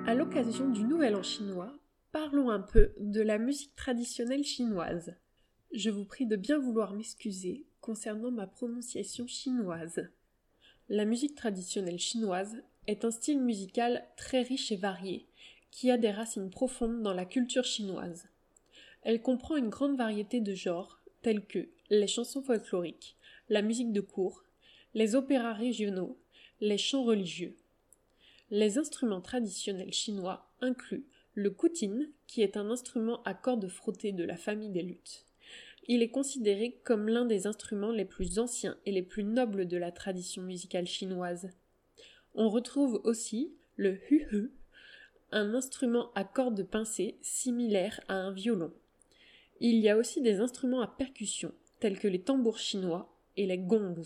À l'occasion du Nouvel An chinois, parlons un peu de la musique traditionnelle chinoise. Je vous prie de bien vouloir m'excuser concernant ma prononciation chinoise. La musique traditionnelle chinoise est un style musical très riche et varié, qui a des racines profondes dans la culture chinoise. Elle comprend une grande variété de genres, tels que les chansons folkloriques, la musique de cour, les opéras régionaux, les chants religieux. Les instruments traditionnels chinois incluent le kutin, qui est un instrument à cordes frottées de la famille des luths. Il est considéré comme l'un des instruments les plus anciens et les plus nobles de la tradition musicale chinoise. On retrouve aussi le huhu, un instrument à cordes pincées similaire à un violon. Il y a aussi des instruments à percussion, tels que les tambours chinois et les gongs.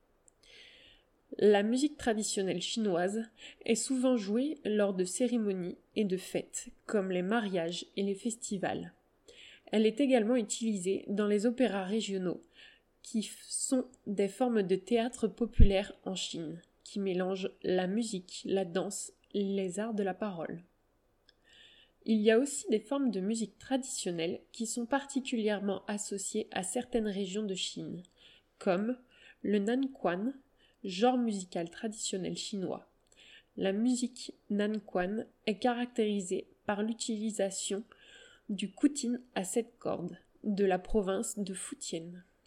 La musique traditionnelle chinoise est souvent jouée lors de cérémonies et de fêtes, comme les mariages et les festivals. Elle est également utilisée dans les opéras régionaux, qui sont des formes de théâtre populaire en Chine, qui mélangent la musique, la danse, les arts de la parole. Il y a aussi des formes de musique traditionnelle qui sont particulièrement associées à certaines régions de Chine, comme le nanquan, genre musical traditionnel chinois. La musique nanquan est caractérisée par l'utilisation du kutin à 7 cordes, de la province de Fujian.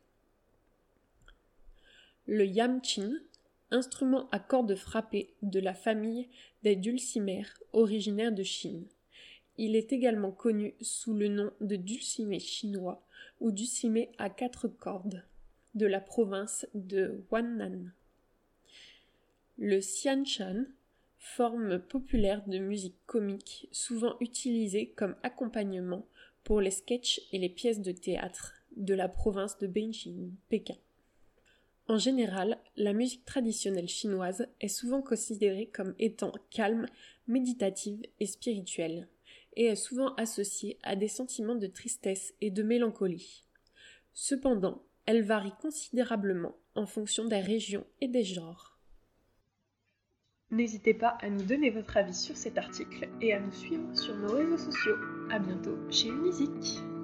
Le yamqin, instrument à cordes frappées de la famille des dulcimers originaires de Chine. Il est également connu sous le nom de dulcimer chinois ou dulcimer à 4 cordes, de la province de Hunan. Le xianshan, forme populaire de musique comique souvent utilisée comme accompagnement pour les sketchs et les pièces de théâtre de la province de Beijing, Pékin. En général, la musique traditionnelle chinoise est souvent considérée comme étant calme, méditative et spirituelle, et est souvent associée à des sentiments de tristesse et de mélancolie. Cependant, elle varie considérablement en fonction des régions et des genres. N'hésitez pas à nous donner votre avis sur cet article et à nous suivre sur nos réseaux sociaux. À bientôt chez Unisic.